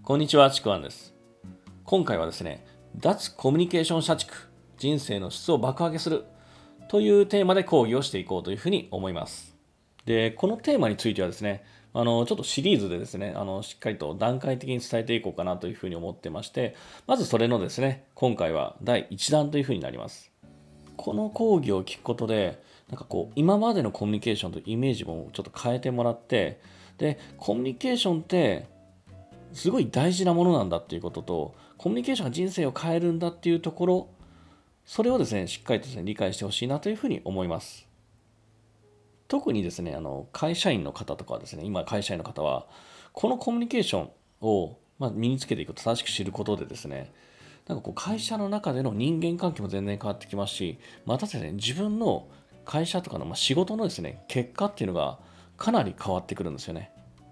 こんにちは、ちくわんです。今回はですね、脱コミュニケーション社畜、人生の質を爆上げするというテーマで講義をしていこうというふうに思います。で、このテーマについてはですね、ちょっとシリーズでですね、しっかりと段階的に伝えていこうかなというふうに思ってまして、まずそれのですね、今回は第1弾というふうになります。この講義を聞くことで、今までのコミュニケーションとイメージもちょっと変えてもらって、で、コミュニケーションってすごい大事なものなんだっていうことと、コミュニケーションが人生を変えるんだっていうところ、それをですね、しっかりとですね、理解してほしいなというふうに思います。特にですね、会社員の方とかはですね、今会社員の方は、このコミュニケーションを、身につけていくと、正しく知ることでですね、会社の中での人間関係も全然変わってきますし、またですね、自分の会社とかの、仕事のですね、結果っていうのがかなり変わってくるんですよね。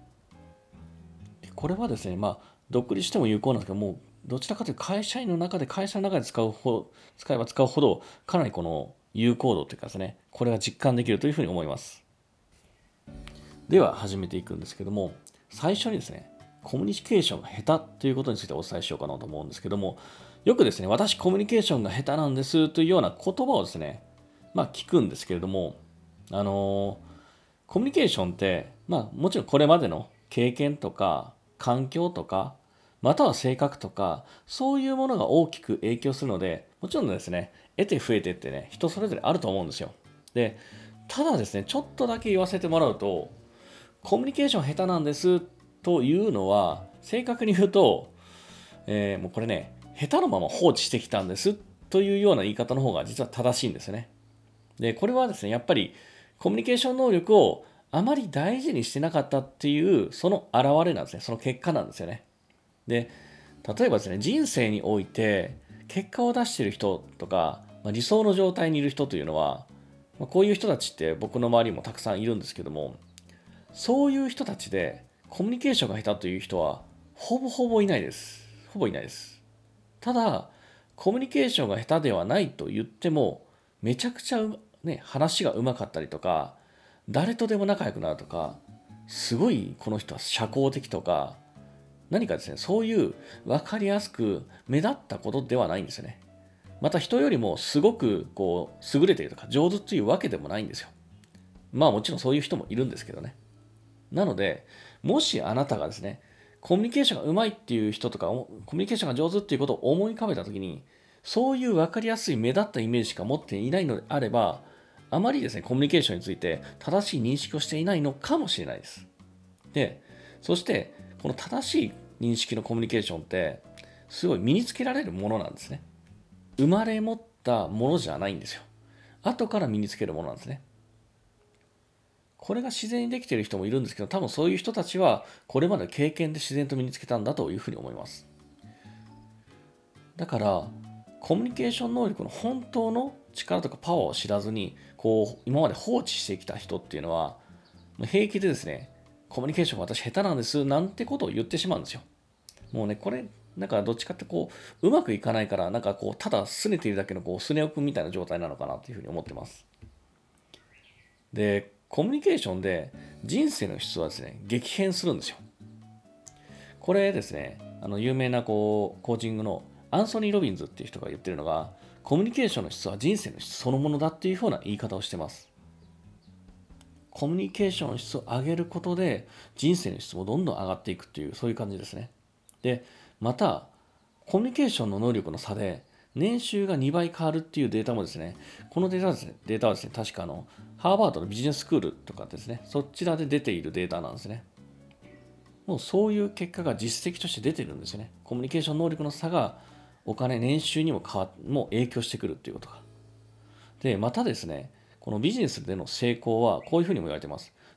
これはですね、独立しても有効なんですけども、どちらかというと会社の中で使えば使うほど、かなりこの有効度というかですね、これが実感できるというふうに思います。では始めていくんですけども、最初にですね、コミュニケーションが下手ということについてお伝えしようかなと思うんですけども、よくですね、私コミュニケーションが下手なんですというような言葉をですね、聞くんですけれども、あのーコミュニケーションって、もちろんこれまでの経験とか環境とか、または性格とか、そういうものが大きく影響するので、もちろんですね、得て増えてってね、人それぞれあると思うんですよ。で、ただですね、ちょっとだけ言わせてもらうと、コミュニケーション下手なんですというのは、正確に言うと、もうこれね、下手のまま放置してきたんですというような言い方の方が実は正しいんですよね。で、これはですね、やっぱりコミュニケーション能力をあまり大事にしてなかったっていう、その表れなんですね。その結果なんですよね。で、例えばですね、人生において結果を出している人とか、理想の状態にいる人というのは、こういう人たちって僕の周りもたくさんいるんですけども、そういう人たちでコミュニケーションが下手という人はほぼほぼいないです。ほぼいないです。ただ、コミュニケーションが下手ではないと言っても、めちゃくちゃ話が上手かったりとか、誰とでも仲良くなるとか、すごいこの人は社交的とか、何かですね、そういう分かりやすく目立ったことではないんですよね。また人よりもすごく優れているとか上手というわけでもないんですよ。もちろんそういう人もいるんですけどね。なので、もしあなたがですね、コミュニケーションが上手いっていう人とか、コミュニケーションが上手っていうことを思い浮かべたときに、そういう分かりやすい目立ったイメージしか持っていないのであれば、あまりですね、コミュニケーションについて正しい認識をしていないのかもしれないです。で、そして、この正しい認識のコミュニケーションって、すごい身につけられるものなんですね。生まれ持ったものじゃないんですよ。後から身につけるものなんですね。これが自然にできている人もいるんですけど、多分そういう人たちはこれまでの経験で自然と身につけたんだというふうに思います。だからコミュニケーション能力の本当の力とかパワーを知らずに今まで放置してきた人っていうのは平気でですね、コミュニケーション私下手なんですなんてことを言ってしまうんですよ。もうね、これどっちかってうまくいかないからただ拗ねているだけの拗ね置くみたいな状態なのかなというふうに思ってます。で、コミュニケーションで人生の質はですね、激変するんですよ。これですね、有名なコーチングのアンソニー・ロビンズっていう人が言ってるのが、コミュニケーションの質は人生の質そのものだっていうふうな言い方をしてます。コミュニケーションの質を上げることで、人生の質もどんどん上がっていくっていう、そういう感じですね。で、また、コミュニケーションの能力の差で、年収が2倍変わるっていうデータもですね、このデータはですね、確かハーバードのビジネススクールとかですね、そちらで出ているデータなんですね。もうそういう結果が実績として出てるんですよね。コミュニケーション能力の差がお金、年収にも影響してくるっていうことが。で、またですね、このビジネスでの成功はこういうふうにも言われています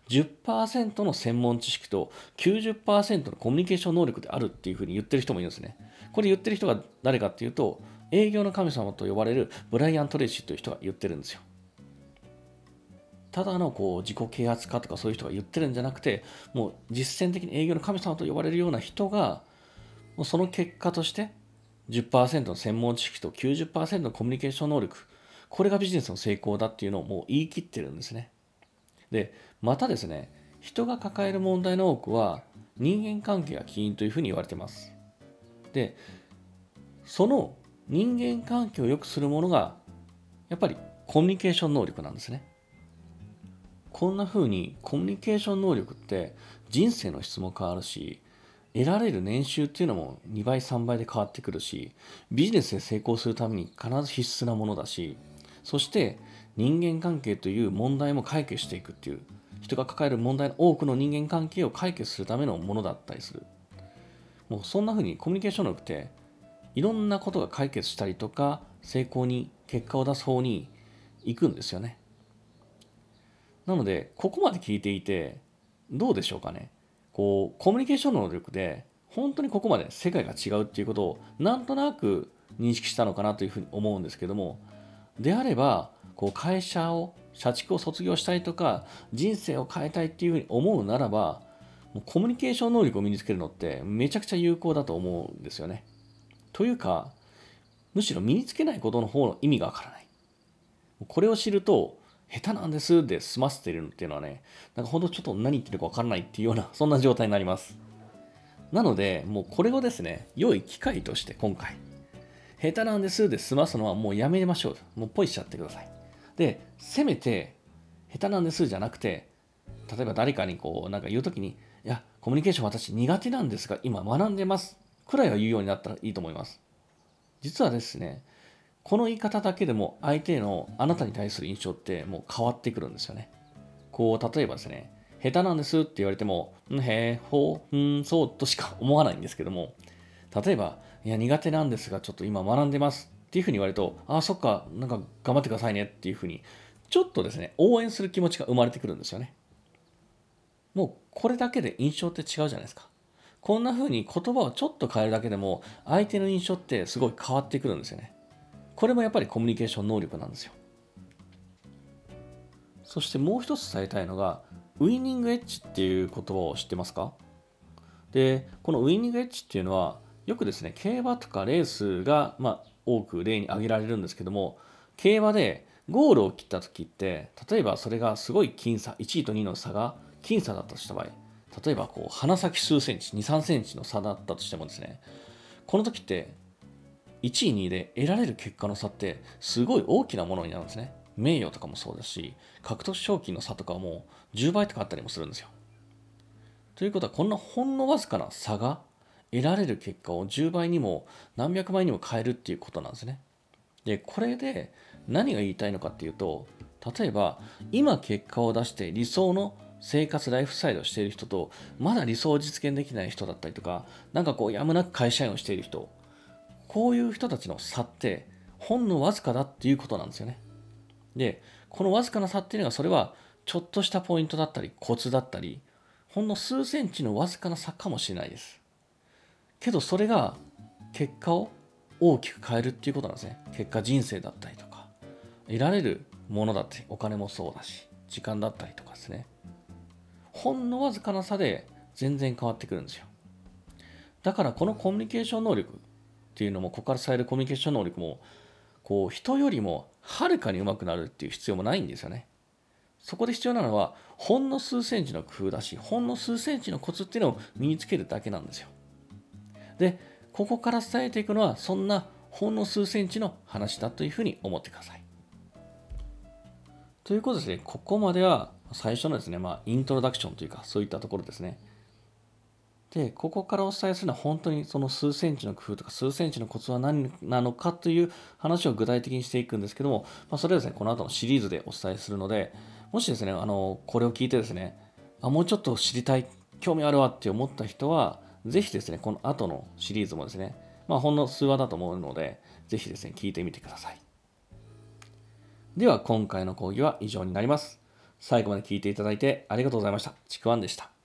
。10% の専門知識と90%のコミュニケーション能力であるっていうふうに言ってる人もいるんですね。これ言ってる人が誰かっていうと、営業の神様と呼ばれるブライアン・トレイシーという人が言ってるんですよ。ただの自己啓発家とかそういう人が言ってるんじゃなくて、もう実践的に営業の神様と呼ばれるような人が、もうその結果として10%の専門知識と90%のコミュニケーション能力、これがビジネスの成功だっていうのをもう言い切ってるんですね。で、またですね、人が抱える問題の多くは人間関係が起因というふうに言われています。で、その人間関係を良くするものがやっぱりコミュニケーション能力なんですね。こんな風にコミュニケーション能力って人生の質も変わるし、得られる年収っていうのも2倍3倍で変わってくるし、ビジネスで成功するために必ず必須なものだし、そして人間関係という問題も解決していくっていう、人が抱える問題の多くの人間関係を解決するためのものだったりする。もうそんな風にコミュニケーション能力っていろんなことが解決したりとか成功に結果を出す方に行くんですよね。なのでここまで聞いていてどうでしょうかね。コミュニケーション能力で本当にここまで世界が違うっていうことをなんとなく認識したのかなというふうに思うんですけども、であれば会社を社畜を卒業したいとか人生を変えたいっていうふうに思うならば、もうコミュニケーション能力を身につけるのってめちゃくちゃ有効だと思うんですよね。というか、むしろ身につけないことの方の意味がわからない。これを知ると、下手なんですで済ませているっていうのはね、なんか本当ちょっと何言ってるかわからないっていうような、そんな状態になります。なので、もうこれをですね、良い機会として今回、下手なんですで済ますのはもうやめましょう。もうポイしちゃってください。で、せめて、下手なんですじゃなくて、例えば誰かになんか言うときに、いや、コミュニケーション私苦手なんですが、今学んでます。くらいは言うようになったらいいと思います。実はですね、この言い方だけでも相手のあなたに対する印象ってもう変わってくるんですよね。例えばですね、下手なんですって言われても、んへー、ほう、そうとしか思わないんですけども、例えば、いや、苦手なんですが、ちょっと今学んでますっていうふうに言われると、ああ、そっか、なんか頑張ってくださいねっていうふうに、ちょっとですね、応援する気持ちが生まれてくるんですよね。もうこれだけで印象って違うじゃないですか。こんな風に言葉をちょっと変えるだけでも、相手の印象ってすごい変わってくるんですよね。これもやっぱりコミュニケーション能力なんですよ。そしてもう一つ伝えたいのが、ウイニングエッジっていう言葉を知ってますか？で、このウイニングエッジっていうのは、よくですね、競馬とかレースが、多く例に挙げられるんですけども、競馬でゴールを切った時って、例えばそれがすごい僅差、1位と2位の差が僅差だったとした場合、例えば鼻先数センチ、2、3センチの差だったとしてもですね、この時って1位、2位で得られる結果の差ってすごい大きなものになるんですね。名誉とかもそうですし、獲得賞金の差とかはもう10倍とかあったりもするんですよ。ということは、こんなほんのわずかな差が得られる結果を10倍にも何百倍にも変えるっていうことなんですね。で、これで何が言いたいのかっていうと、例えば今結果を出して理想の生活ライフスタイルをしている人と、まだ理想を実現できない人だったりとか、なんかやむなく会社員をしている人、こういう人たちの差ってほんのわずかだっていうことなんですよね。で、このわずかな差っていうのが、それはちょっとしたポイントだったりコツだったり、ほんの数センチのわずかな差かもしれないです。けどそれが結果を大きく変えるっていうことなんですね。結果、人生だったりとか、得られるものだってお金もそうだし、時間だったりとかですね。ほんのわずかな差で全然変わってくるんですよ。だからこのコミュニケーション能力っていうのも、ここから伝えるコミュニケーション能力も、人よりもはるかに上手くなるっていう必要もないんですよね。そこで必要なのは、ほんの数センチの工夫だし、ほんの数センチのコツっていうのを身につけるだけなんですよ。で、ここから伝えていくのは、そんなほんの数センチの話だというふうに思ってください。ということですね、ここまでは最初のですね、イントロダクションというか、そういったところですね。で、ここからお伝えするのは本当にその数センチの工夫とか数センチのコツは何なのかという話を具体的にしていくんですけども、それはですね、この後のシリーズでお伝えするので、もしですね、これを聞いてですね、もうちょっと知りたい、興味あるわって思った人は、ぜひですね、この後のシリーズもですね、ほんの数話だと思うので、ぜひですね、聞いてみてください。では、今回の講義は以上になります。最後まで聞いていただいてありがとうございました。ちくわんでした。